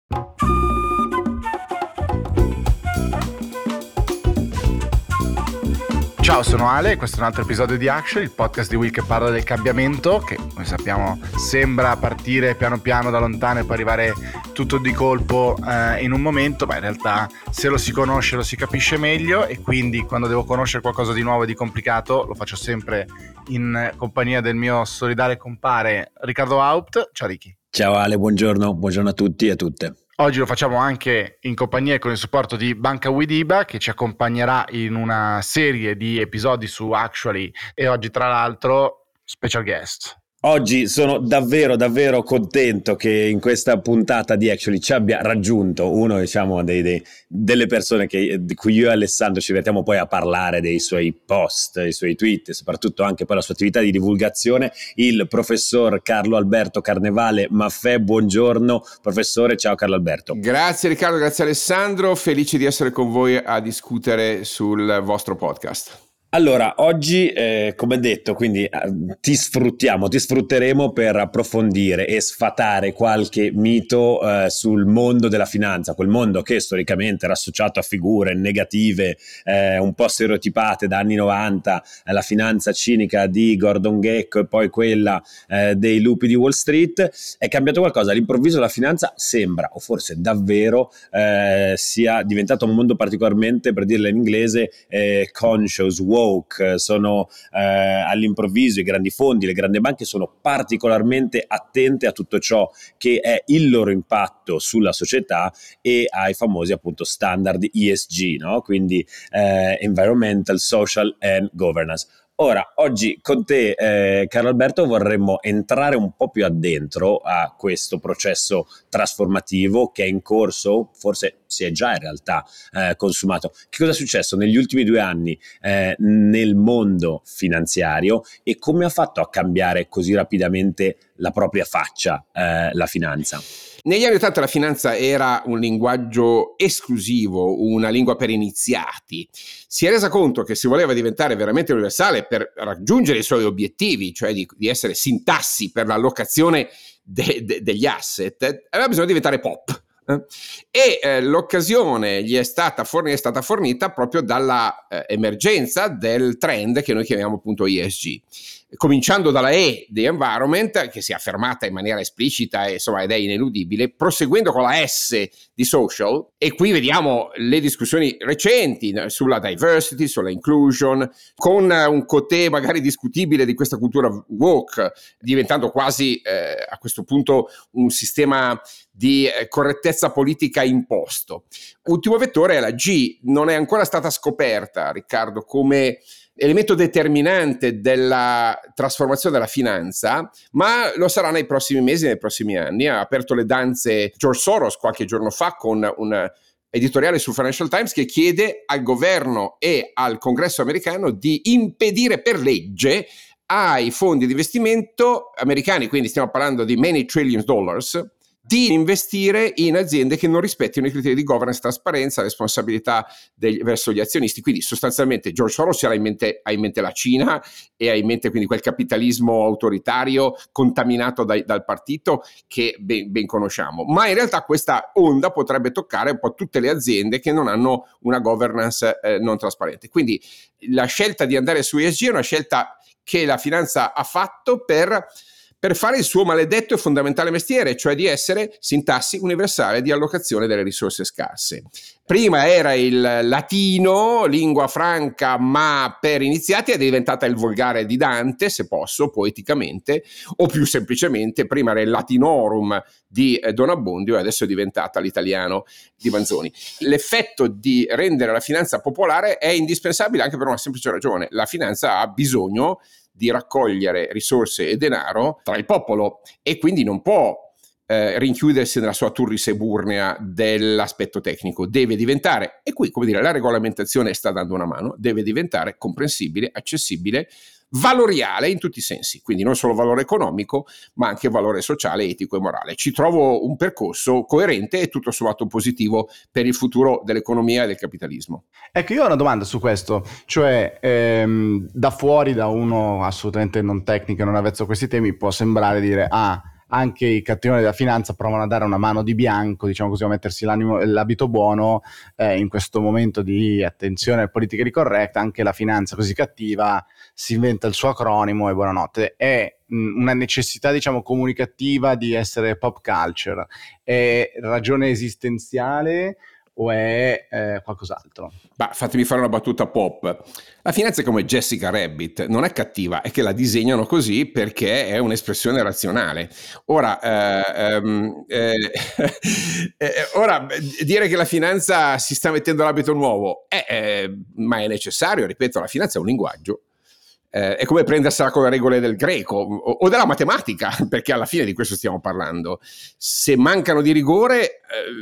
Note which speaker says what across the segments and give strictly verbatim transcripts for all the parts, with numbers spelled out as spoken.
Speaker 1: Ciao, sono Ale e questo è un altro episodio di Action, il podcast di Will che parla del cambiamento, che come sappiamo sembra partire piano piano da lontano e poi arrivare tutto di colpo eh, in un momento, ma in realtà se lo si conosce lo si capisce meglio, e quindi quando devo conoscere qualcosa di nuovo e di complicato lo faccio sempre in compagnia del mio solidale compare Riccardo Haupt. Ciao Ricky.
Speaker 2: Ciao Ale, buongiorno, buongiorno a tutti e a tutte.
Speaker 1: Oggi lo facciamo anche in compagnia e con il supporto di Banca Widiba, che ci accompagnerà in una serie di episodi su Actually, e oggi tra l'altro special guest.
Speaker 2: Oggi sono davvero davvero contento che in questa puntata di Actually ci abbia raggiunto uno, diciamo, dei, dei, delle persone che, di cui io e Alessandro ci divertiamo poi a parlare dei suoi post, dei suoi tweet e soprattutto anche poi la sua attività di divulgazione, il professor Carlo Alberto Carnevale Maffè. Buongiorno professore, ciao Carlo Alberto.
Speaker 3: Grazie Riccardo, grazie Alessandro, felice di essere con voi a discutere sul vostro podcast.
Speaker 2: Allora, oggi, eh, come detto, quindi eh, ti sfruttiamo, ti sfrutteremo per approfondire e sfatare qualche mito eh, sul mondo della finanza, quel mondo che storicamente era associato a figure negative, eh, un po' stereotipate da anni novanta, eh, la finanza cinica di Gordon Gekko e poi quella eh, dei lupi di Wall Street. È cambiato qualcosa, all'improvviso la finanza sembra, o forse davvero, eh, sia diventato un mondo particolarmente, per dirla in inglese, eh, conscious, woke, sono eh, all'improvviso i grandi fondi, le grandi banche sono particolarmente attente a tutto ciò che è il loro impatto sulla società e ai famosi appunto standard E S G, no? Quindi eh, environmental, social and governance. Ora, oggi con te, eh, Carlo Alberto, vorremmo entrare un po' più addentro a questo processo trasformativo che è in corso, forse si è già in realtà eh, consumato. Che cosa è successo negli ultimi due anni eh, nel mondo finanziario e come ha fatto a cambiare così rapidamente la propria faccia eh, la finanza?
Speaker 3: Negli anni ottanta la finanza era un linguaggio esclusivo, una lingua per iniziati. Si è resa conto che si voleva diventare veramente universale per raggiungere i suoi obiettivi, cioè di, di essere sintassi per l'allocazione de, de, degli asset, aveva bisogno di diventare pop. E eh, l'occasione gli è stata, forn- è stata fornita proprio dalla eh, emergenza del trend che noi chiamiamo appunto E S G, cominciando dalla E di environment, che si è affermata in maniera esplicita e insomma ed è ineludibile, proseguendo con la S di social, e qui vediamo le discussioni recenti sulla diversity, sulla inclusion, con un cotè magari discutibile di questa cultura woke, diventando quasi eh, a questo punto un sistema di eh, correttezza politica imposto. Ultimo vettore è la G, non è ancora stata scoperta, Riccardo, come elemento determinante della trasformazione della finanza, ma lo sarà nei prossimi mesi, nei prossimi anni. Ha aperto le danze George Soros qualche giorno fa con un editoriale sul Financial Times che chiede al governo e al Congresso americano di impedire per legge ai fondi di investimento americani, quindi stiamo parlando di many trillion dollars, di investire in aziende che non rispettino i criteri di governance, trasparenza, responsabilità degli, verso gli azionisti. Quindi sostanzialmente George Soros ha in mente, ha in mente la Cina e ha in mente quindi quel capitalismo autoritario contaminato dai, dal partito che ben, ben conosciamo. Ma in realtà questa onda potrebbe toccare un po' tutte le aziende che non hanno una governance eh, non trasparente. Quindi la scelta di andare su E S G è una scelta che la finanza ha fatto per per fare il suo maledetto e fondamentale mestiere, cioè di essere sintassi universale di allocazione delle risorse scarse. Prima era il latino, lingua franca ma per iniziati, è diventata il volgare di Dante, se posso, poeticamente, o più semplicemente prima era il latinorum di Don Abbondio e adesso è diventata l'italiano di Manzoni. L'effetto di rendere la finanza popolare è indispensabile anche per una semplice ragione: la finanza ha bisogno di raccogliere risorse e denaro tra il popolo e quindi non può eh, rinchiudersi nella sua turris eburnea dell'aspetto tecnico, deve diventare, e qui come dire la regolamentazione sta dando una mano, deve diventare comprensibile, accessibile, valoriale in tutti i sensi, quindi non solo valore economico ma anche valore sociale, etico e morale. Ci trovo un percorso coerente e tutto sommato positivo per il futuro dell'economia e del capitalismo.
Speaker 1: Ecco, io ho una domanda su questo, cioè ehm, da fuori, da uno assolutamente non tecnico e non avvezzo a questi temi, può sembrare dire ah anche i cattivoni della finanza provano a dare una mano di bianco, diciamo così, a mettersi l'animo, l'abito buono eh, in questo momento di attenzione alle politiche di correct. Anche la finanza così cattiva si inventa il suo acronimo e buonanotte. È mh, una necessità, diciamo, comunicativa di essere pop culture, è ragione esistenziale o è eh, qualcos'altro?
Speaker 3: Bah, fatemi fare una battuta pop. La finanza è come Jessica Rabbit, non è cattiva, è che la disegnano così perché è un'espressione razionale. Ora, eh, ehm, eh, eh, ora dire che la finanza si sta mettendo l'abito nuovo, è, eh, ma è necessario, ripeto, la finanza è un linguaggio. Eh, è come prendersela con le regole del greco o, o della matematica, perché alla fine di questo stiamo parlando. Se mancano di rigore, eh,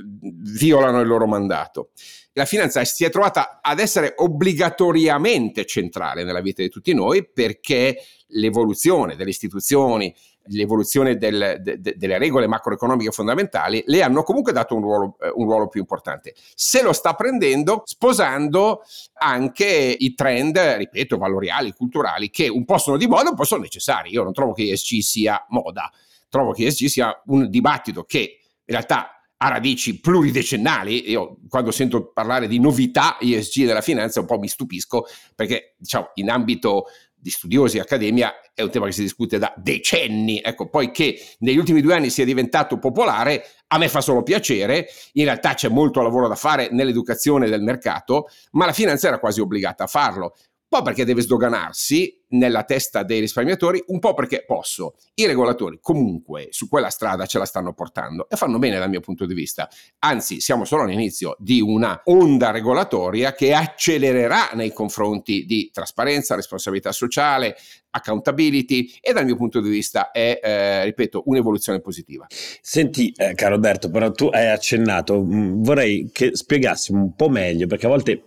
Speaker 3: violano il loro mandato. La finanza si è trovata ad essere obbligatoriamente centrale nella vita di tutti noi, perché l'evoluzione delle istituzioni, l'evoluzione del, de, de, delle regole macroeconomiche fondamentali le hanno comunque dato un ruolo, eh, un ruolo più importante. Se lo sta prendendo sposando anche i trend, ripeto, valoriali, culturali, che un po' sono di moda, un po' sono necessari. Io non trovo che E S G sia moda, trovo che E S G sia un dibattito che in realtà ha radici pluridecennali. Io quando sento parlare di novità E S G della finanza un po' mi stupisco, perché diciamo in ambito di studiosi, accademia, è un tema che si discute da decenni. Ecco, poi che negli ultimi due anni sia diventato popolare, a me fa solo piacere. In realtà c'è molto lavoro da fare nell'educazione del mercato, ma la finanza era quasi obbligata a farlo. Un po' perché deve sdoganarsi nella testa dei risparmiatori, un po' perché posso. I regolatori comunque su quella strada ce la stanno portando e fanno bene dal mio punto di vista. Anzi, siamo solo all'inizio di una onda regolatoria che accelererà nei confronti di trasparenza, responsabilità sociale, accountability, e dal mio punto di vista è, eh, ripeto, un'evoluzione positiva.
Speaker 2: Senti, eh, caro Alberto, però tu hai accennato, mh, vorrei che spiegassimo un po' meglio, perché a volte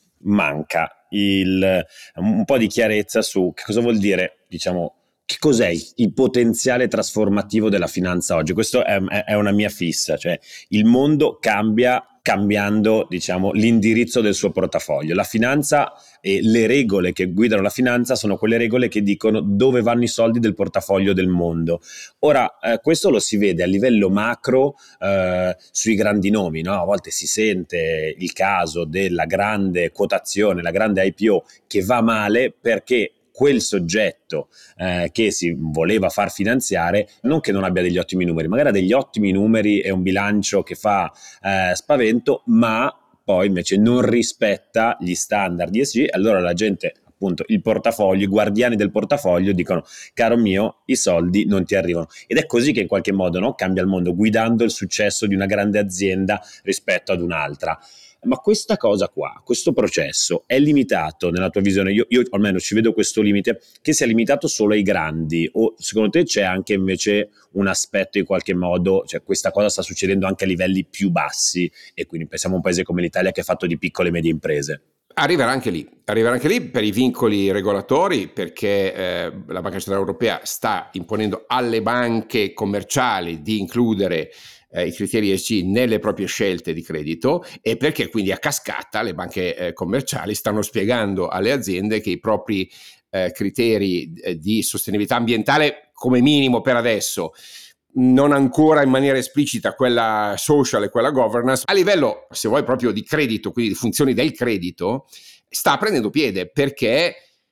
Speaker 2: manca il, un po' di chiarezza su che cosa vuol dire, diciamo, che cos'è il potenziale trasformativo della finanza oggi. Questo è, è una mia fissa, cioè il mondo cambia cambiando, diciamo, l'indirizzo del suo portafoglio. La finanza e le regole che guidano la finanza sono quelle regole che dicono dove vanno i soldi del portafoglio del mondo. Ora, eh, questo lo si vede a livello macro eh, sui grandi nomi, no? A volte si sente il caso della grande quotazione, la grande I P O che va male perché quel soggetto eh, che si voleva far finanziare, non che non abbia degli ottimi numeri, magari ha degli ottimi numeri e un bilancio che fa eh, spavento, ma poi invece non rispetta gli standard di E S G. Allora la gente, appunto, il portafoglio, i guardiani del portafoglio dicono: caro mio, i soldi non ti arrivano. Ed è così che in qualche modo, no, cambia il mondo, guidando il successo di una grande azienda rispetto ad un'altra. Ma questa cosa qua, questo processo è limitato nella tua visione? Io, io almeno ci vedo questo limite, che sia limitato solo ai grandi, o secondo te c'è anche invece un aspetto in qualche modo, cioè questa cosa sta succedendo anche a livelli più bassi, e quindi pensiamo a un paese come l'Italia che è fatto di piccole e medie imprese?
Speaker 3: Arriverà anche lì, arriverà anche lì per i vincoli regolatori, perché eh, la Banca Centrale Europea sta imponendo alle banche commerciali di includere eh, i criteri E S G nelle proprie scelte di credito, e perché quindi a cascata le banche eh, commerciali stanno spiegando alle aziende che i propri eh, criteri eh, di sostenibilità ambientale, come minimo per adesso, non ancora in maniera esplicita quella social e quella governance, a livello, se vuoi, proprio di credito, quindi di funzioni del credito, sta prendendo piede, perché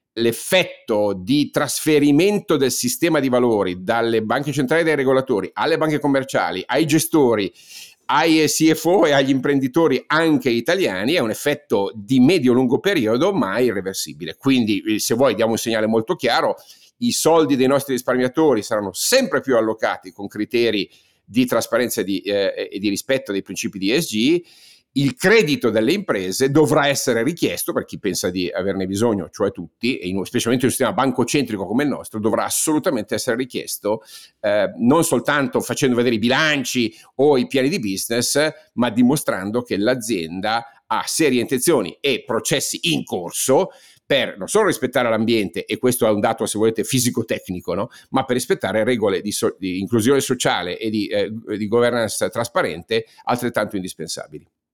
Speaker 3: l'effetto di trasferimento del sistema di valori dalle banche centrali e dai regolatori alle banche commerciali, ai gestori, ai C F O e agli imprenditori anche italiani è un effetto di medio-lungo periodo ma irreversibile. Quindi, se vuoi, diamo un segnale molto chiaro: i soldi dei nostri risparmiatori saranno sempre più allocati con criteri di trasparenza e di, eh, e di rispetto dei principi di E S G. Il credito delle imprese dovrà essere richiesto, per chi pensa di averne bisogno, cioè tutti, e in, specialmente in un sistema bancocentrico come il nostro, dovrà assolutamente essere richiesto, eh, non soltanto facendo vedere i bilanci o i piani di business, ma dimostrando che l'azienda ha serie intenzioni e processi in corso per non solo rispettare l'ambiente, e questo è un dato, se volete, fisico-tecnico, no? Ma per rispettare regole di, so- di inclusione sociale e di, eh, di governance trasparente altrettanto indispensabili.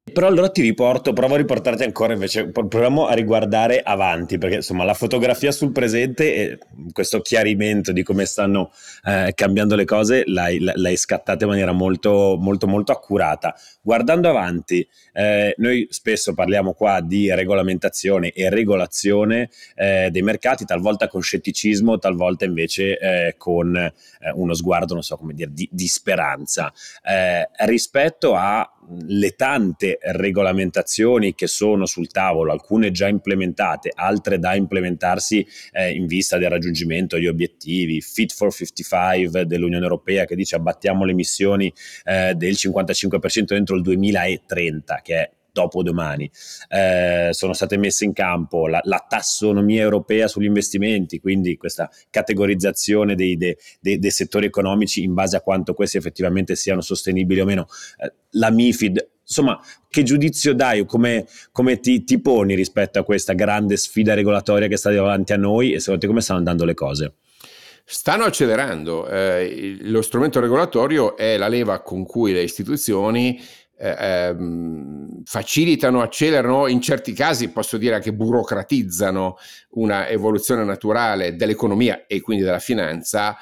Speaker 2: Però allora ti riporto, provo a riportarti ancora invece, proviamo a riguardare avanti, perché insomma la fotografia sul presente e questo chiarimento di come stanno eh, cambiando le cose l'hai, l'hai scattata in maniera molto molto molto accurata. Guardando avanti, eh, noi spesso parliamo qua di regolamentazione e regolazione eh, dei mercati, talvolta con scetticismo, talvolta invece eh, con eh, uno sguardo, non so come dire, di, di speranza. Eh, rispetto alle tante regolamentazioni che sono sul tavolo, alcune già implementate, altre da implementarsi eh, in vista del raggiungimento di obiettivi, Fit for cinquantacinque dell'Unione Europea che dice abbattiamo le emissioni eh, del cinquantacinque per cento entro il duemilatrenta, che è dopodomani. Eh, sono state messe in campo la, la tassonomia europea sugli investimenti, quindi questa categorizzazione dei, dei, dei, dei settori economici in base a quanto questi effettivamente siano sostenibili o meno, eh, la MiFID. Insomma, che giudizio dai o come, come ti, ti poni rispetto a questa grande sfida regolatoria che sta davanti a noi e secondo te come stanno andando le cose?
Speaker 3: Stanno accelerando. Eh, lo strumento regolatorio è la leva con cui le istituzioni eh, ehm, facilitano, accelerano, in certi casi posso dire anche burocratizzano una evoluzione naturale dell'economia e quindi della finanza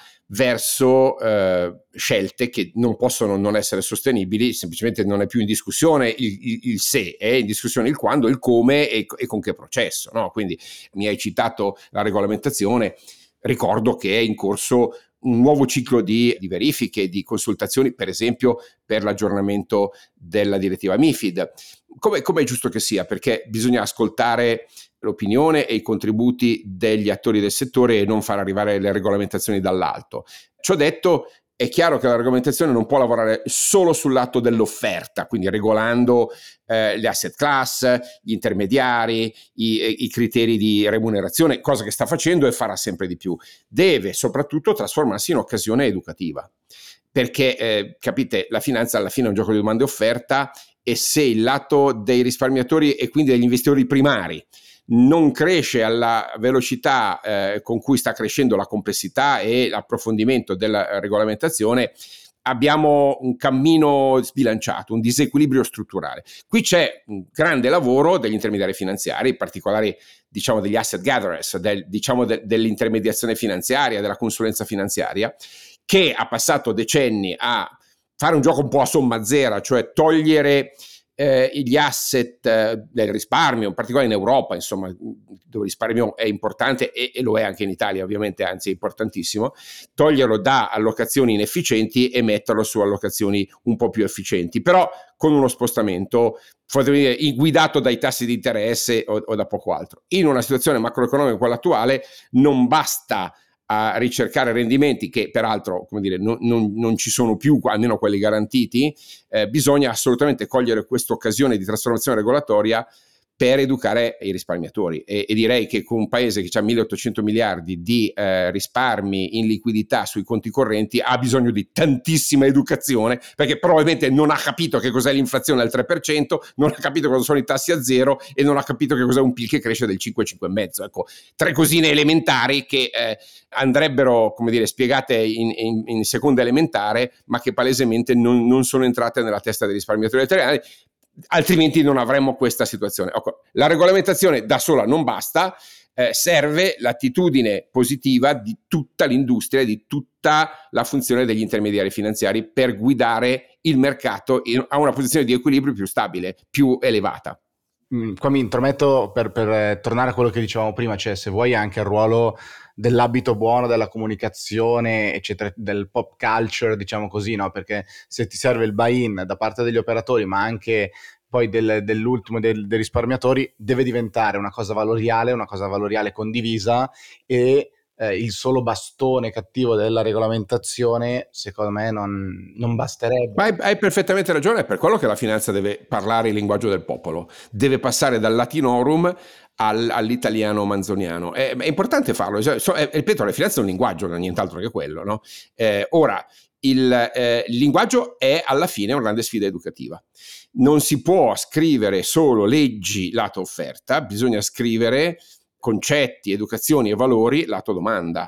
Speaker 3: verso eh, scelte che non possono non essere sostenibili. Semplicemente non è più in discussione il, il, il se, è in discussione il quando, il come e, e con che processo, no? Quindi mi hai citato la regolamentazione, ricordo che è in corso un nuovo ciclo di, di verifiche, di consultazioni, per esempio per l'aggiornamento della direttiva MiFID, come, come è giusto che sia, perché bisogna ascoltare l'opinione e i contributi degli attori del settore e non far arrivare le regolamentazioni dall'alto. Ciò detto, è chiaro che la regolamentazione non può lavorare solo sul lato dell'offerta, quindi regolando eh, le asset class, gli intermediari, i, i criteri di remunerazione, cosa che sta facendo e farà sempre di più. Deve soprattutto trasformarsi in occasione educativa, perché eh, capite, la finanza alla fine è un gioco di domanda e offerta, e se il lato dei risparmiatori e quindi degli investitori primari non cresce alla velocità eh, con cui sta crescendo la complessità e l'approfondimento della regolamentazione, abbiamo un cammino sbilanciato, un disequilibrio strutturale. Qui c'è un grande lavoro degli intermediari finanziari, in particolare diciamo degli asset gatherers, del, diciamo de, dell'intermediazione finanziaria, della consulenza finanziaria, che ha passato decenni a fare un gioco un po' a somma zero, cioè togliere Eh, gli asset eh, del risparmio, in particolare in Europa, insomma, dove il risparmio è importante e, e lo è anche in Italia, ovviamente, anzi è importantissimo, toglierlo da allocazioni inefficienti e metterlo su allocazioni un po' più efficienti, però con uno spostamento dire, guidato dai tassi di interesse o, o da poco altro. In una situazione macroeconomica quella attuale non basta a ricercare rendimenti che peraltro, come dire, non, non, non ci sono più, almeno quelli garantiti. Eh, bisogna assolutamente cogliere questa occasione di trasformazione regolatoria per educare i risparmiatori e, e direi che con un paese che ha milleottocento miliardi di eh, risparmi in liquidità sui conti correnti ha bisogno di tantissima educazione, perché probabilmente non ha capito che cos'è l'inflazione al tre per cento, non ha capito cosa sono i tassi a zero e non ha capito che cos'è un P I L che cresce del cinque cinque virgola cinque. Ecco, tre cosine elementari che eh, andrebbero, come dire, spiegate in, in, in seconda elementare, ma che palesemente non, non sono entrate nella testa dei risparmiatori italiani, altrimenti non avremmo questa situazione. Ecco, la regolamentazione da sola non basta, eh, serve l'attitudine positiva di tutta l'industria, di tutta la funzione degli intermediari finanziari per guidare il mercato in, a una posizione di equilibrio più stabile, più elevata.
Speaker 1: Qua mi intrometto per, per tornare a quello che dicevamo prima, cioè se vuoi anche il ruolo dell'abito buono, della comunicazione, eccetera, del pop culture, diciamo così, no? Perché se ti serve il buy-in da parte degli operatori, ma anche poi del, dell'ultimo del, dei risparmiatori, deve diventare una cosa valoriale, una cosa valoriale condivisa, e eh, il solo bastone cattivo della regolamentazione secondo me non, non basterebbe.
Speaker 3: Ma hai, hai perfettamente ragione, è per quello che la finanza deve parlare il linguaggio del popolo, deve passare dal latinorum al, all'italiano manzoniano. È, è importante farlo, cioè, so, è, ripeto, la finanza è un linguaggio, non è nient'altro che quello, no? Eh, ora, il, eh, il linguaggio è alla fine una grande sfida educativa. Non si può scrivere solo leggi lato offerta, bisogna scrivere concetti, educazioni e valori lato domanda.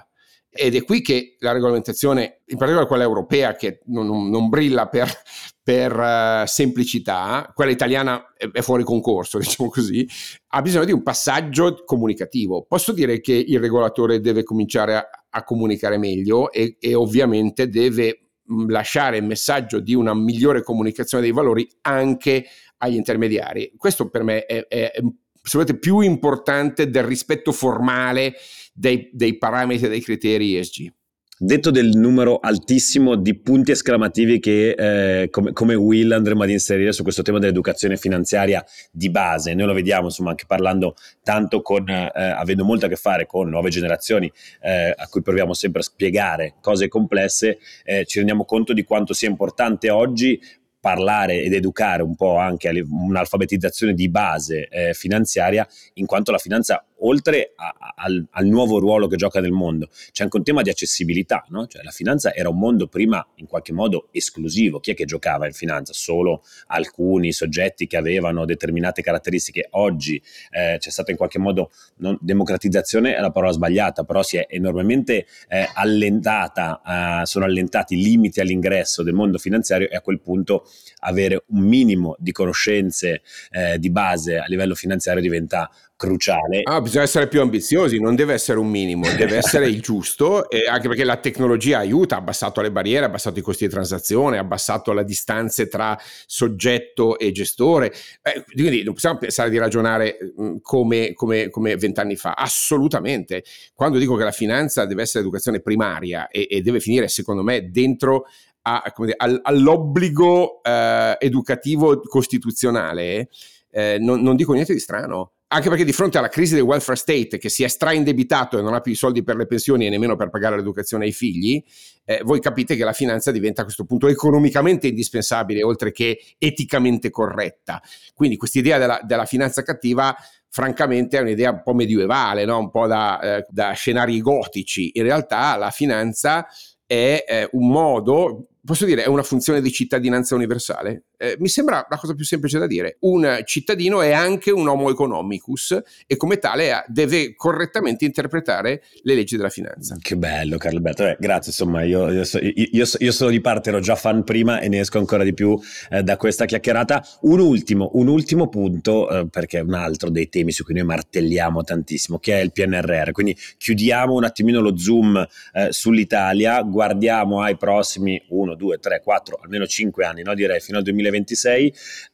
Speaker 3: Ed è qui che la regolamentazione, in particolare quella europea, che non, non, non brilla per, per uh, semplicità, quella italiana è, è fuori concorso, diciamo così, ha bisogno di un passaggio comunicativo. Posso dire che il regolatore deve cominciare a, a comunicare meglio e, e ovviamente deve lasciare il messaggio di una migliore comunicazione dei valori anche agli intermediari. Questo per me è, è, è se volete, più importante del rispetto formale dei, dei parametri e dei criteri E S G.
Speaker 2: Detto del numero altissimo di punti esclamativi che eh, come, come Will andremo ad inserire su questo tema dell'educazione finanziaria di base, noi lo vediamo insomma anche parlando tanto con, eh, avendo molto a che fare con nuove generazioni eh, a cui proviamo sempre a spiegare cose complesse, eh, ci rendiamo conto di quanto sia importante oggi parlare ed educare un po' anche un'alfabetizzazione di base eh, finanziaria, in quanto la finanza, oltre a, a, al, al nuovo ruolo che gioca nel mondo, c'è anche un tema di accessibilità, no? Cioè la finanza era un mondo prima in qualche modo esclusivo. Chi è che giocava in finanza? Solo alcuni soggetti che avevano determinate caratteristiche. Oggi eh, c'è stata in qualche modo, non, democratizzazione è la parola sbagliata, però si è enormemente eh, allentata, eh, sono allentati i limiti all'ingresso del mondo finanziario, e a quel punto avere un minimo di conoscenze eh, di base a livello finanziario diventa cruciale.
Speaker 3: Ah, bisogna essere più ambiziosi, non deve essere un minimo, deve essere il giusto, e anche perché la tecnologia aiuta, ha abbassato le barriere, ha abbassato i costi di transazione, ha abbassato le distanze tra soggetto e gestore. Eh, quindi non possiamo pensare di ragionare come, come, come vent'anni fa, assolutamente. Quando dico che la finanza deve essere educazione primaria e, e deve finire, secondo me, dentro a, come dire, all'obbligo eh, educativo costituzionale, eh, non, non dico niente di strano. Anche perché di fronte alla crisi del welfare state, che si è straindebitato e non ha più i soldi per le pensioni e nemmeno per pagare l'educazione ai figli, eh, voi capite che la finanza diventa a questo punto economicamente indispensabile, oltre che eticamente corretta. Quindi quest'idea della, della finanza cattiva, francamente, è un'idea un po' medievale, no? Un po' da, eh, da scenari gotici. In realtà la finanza è eh, un modo, posso dire, è una funzione di cittadinanza universale. Eh, mi sembra la cosa più semplice da dire. Un cittadino è anche un homo economicus e come tale ha, deve correttamente interpretare le leggi della finanza.
Speaker 2: Che bello, Carlalberto. Eh, grazie, insomma, io, io, so, io, io, io sono di parte, ero già fan prima e ne esco ancora di più eh, da questa chiacchierata. Un ultimo, un ultimo punto, eh, perché è un altro dei temi su cui noi martelliamo tantissimo, che è il P N R R. Quindi chiudiamo un attimino lo zoom eh, sull'Italia, guardiamo ai prossimi uno, due, tre, quattro, almeno cinque anni, no? Direi fino al duemilaventisei,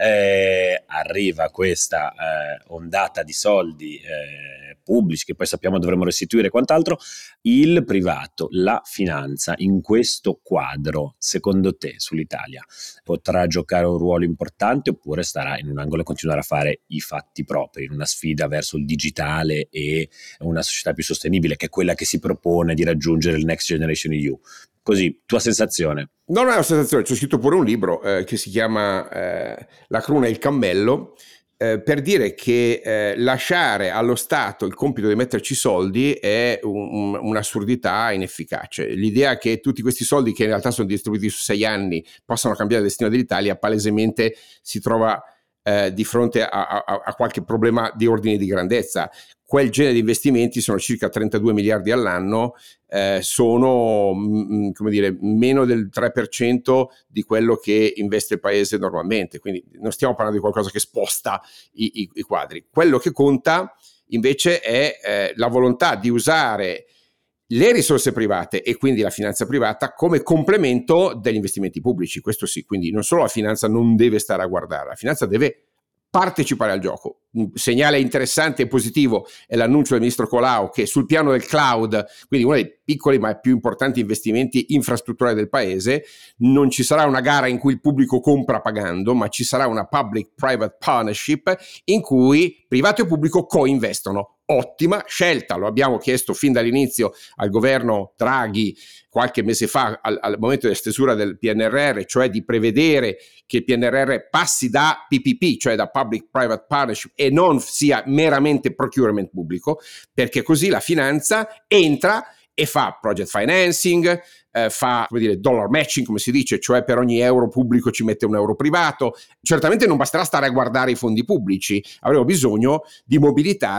Speaker 2: eh, arriva questa eh, ondata di soldi eh, pubblici che poi sappiamo dovremo restituire e quant'altro. Il privato, la finanza in questo quadro, secondo te, sull'Italia potrà giocare un ruolo importante oppure starà in un angolo e continuare a fare i fatti propri in una sfida verso il digitale e una società più sostenibile, che è quella che si propone di raggiungere il Next Generation E U? Così, tua sensazione?
Speaker 3: No, non è una sensazione, c'ho scritto pure un libro eh, che si chiama eh, La cruna e il cammello, eh, per dire che eh, lasciare allo Stato il compito di metterci soldi è un, un, un'assurdità inefficace. L'idea che tutti questi soldi, che in realtà sono distribuiti su sei anni, possano cambiare il destino dell'Italia, palesemente si trova eh, di fronte a, a, a qualche problema di ordine di grandezza. Quel genere di investimenti sono circa trentadue miliardi all'anno, eh, sono mh, come dire, meno del tre per cento di quello che investe il paese normalmente, quindi non stiamo parlando di qualcosa che sposta i, i, i quadri. Quello che conta invece è eh, la volontà di usare le risorse private e quindi la finanza privata come complemento degli investimenti pubblici, questo sì. Quindi non solo la finanza non deve stare a guardare, la finanza deve partecipare al gioco. Un segnale interessante e positivo è l'annuncio del ministro Colao che sul piano del cloud, quindi uno dei piccoli ma più importanti investimenti infrastrutturali del paese, non ci sarà una gara in cui il pubblico compra pagando, ma ci sarà una public-private partnership in cui privato e pubblico co-investono. Ottima scelta, lo abbiamo chiesto fin dall'inizio al governo Draghi qualche mese fa, al, al momento della stesura del P N R R, cioè di prevedere che il P N R R passi da P P P, cioè da Public Private Partnership, e non sia meramente procurement pubblico, perché così la finanza entra e fa project financing, eh, fa, come dire, dollar matching, come si dice, cioè per ogni euro pubblico ci mette un euro privato. Certamente non basterà stare a guardare i fondi pubblici, avremo bisogno di mobilitare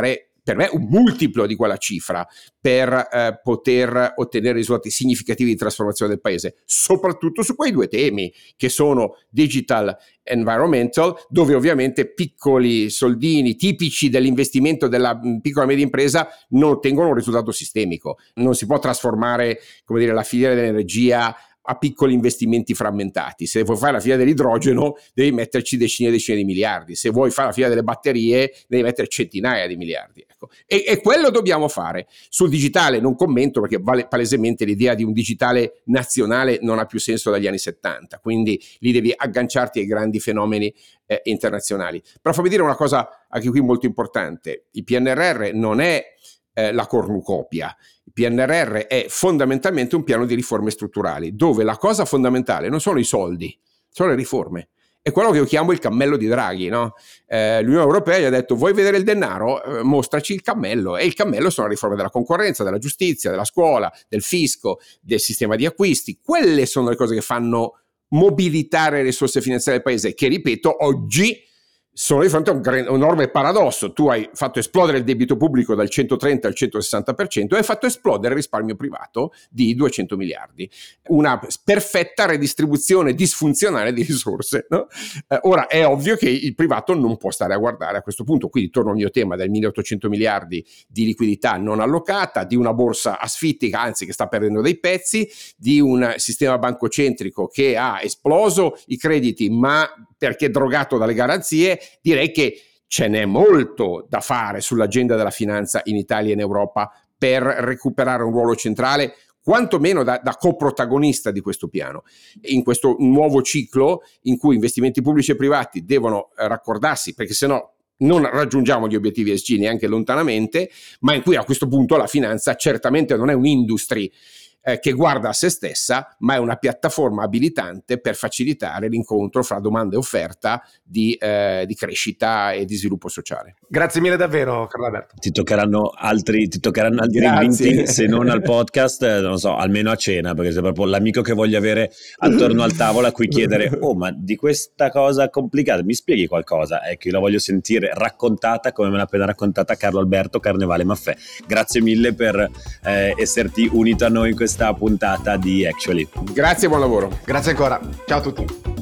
Speaker 3: per me un multiplo di quella cifra per eh, poter ottenere risultati significativi di trasformazione del paese, soprattutto su quei due temi che sono digital e environmental, dove ovviamente piccoli soldini tipici dell'investimento della mh, piccola e media impresa non ottengono un risultato sistemico. Non si può trasformare, come dire, la filiera dell'energia a piccoli investimenti frammentati. Se vuoi fare la filiera dell'idrogeno devi metterci decine e decine di miliardi, se vuoi fare la filiera delle batterie devi mettere centinaia di miliardi, ecco. e, e quello dobbiamo fare. Sul digitale non commento, perché vale palesemente l'idea di un digitale nazionale non ha più senso dagli anni settanta, quindi lì devi agganciarti ai grandi fenomeni eh, internazionali. Però fammi dire una cosa anche qui molto importante: il P N R R non è eh, la cornucopia. Il P N R R è fondamentalmente un piano di riforme strutturali, dove la cosa fondamentale non sono i soldi, sono le riforme. È quello che io chiamo il cammello di Draghi, no? Eh, L'Unione Europea gli ha detto: vuoi vedere il denaro? Eh, mostraci il cammello. E il cammello sono le riforme della concorrenza, della giustizia, della scuola, del fisco, del sistema di acquisti. Quelle sono le cose che fanno mobilitare le risorse finanziarie del paese, che, ripeto, oggi sono di fronte a un, un enorme paradosso. Tu hai fatto esplodere il debito pubblico dal centotrenta al centosessanta per cento e hai fatto esplodere il risparmio privato di duecento miliardi. Una perfetta redistribuzione disfunzionale di risorse, no? Eh, ora è ovvio che il privato non può stare a guardare a questo punto, quindi torno al mio tema del milleottocento miliardi di liquidità non allocata, di una borsa asfittica, anzi che sta perdendo dei pezzi, di un sistema bancocentrico che ha esploso i crediti ma perché drogato dalle garanzie. Direi che ce n'è molto da fare sull'agenda della finanza in Italia e in Europa per recuperare un ruolo centrale, quantomeno da, da coprotagonista di questo piano, in questo nuovo ciclo in cui investimenti pubblici e privati devono raccordarsi, perché sennò non raggiungiamo gli obiettivi E S G neanche lontanamente, ma in cui a questo punto la finanza certamente non è un'industria eh, che guarda a se stessa, ma è una piattaforma abilitante per facilitare l'incontro fra domanda e offerta di, eh, di crescita e di sviluppo sociale.
Speaker 1: Grazie mille davvero, Carlo Alberto.
Speaker 2: Ti toccheranno altri, ti toccheranno altri
Speaker 3: Grazie.
Speaker 2: vinti, se non al podcast, eh, non so, almeno a cena, perché sei proprio l'amico che voglio avere attorno al tavolo a cui chiedere: oh, ma di questa cosa complicata mi spieghi qualcosa? Ecco, io la voglio sentire raccontata come me l'ha appena raccontata Carlo Alberto Carnevale Maffè. Grazie mille per eh, esserti unito a noi in questa puntata di Actually.
Speaker 3: Grazie e buon lavoro.
Speaker 1: Grazie ancora, ciao a tutti.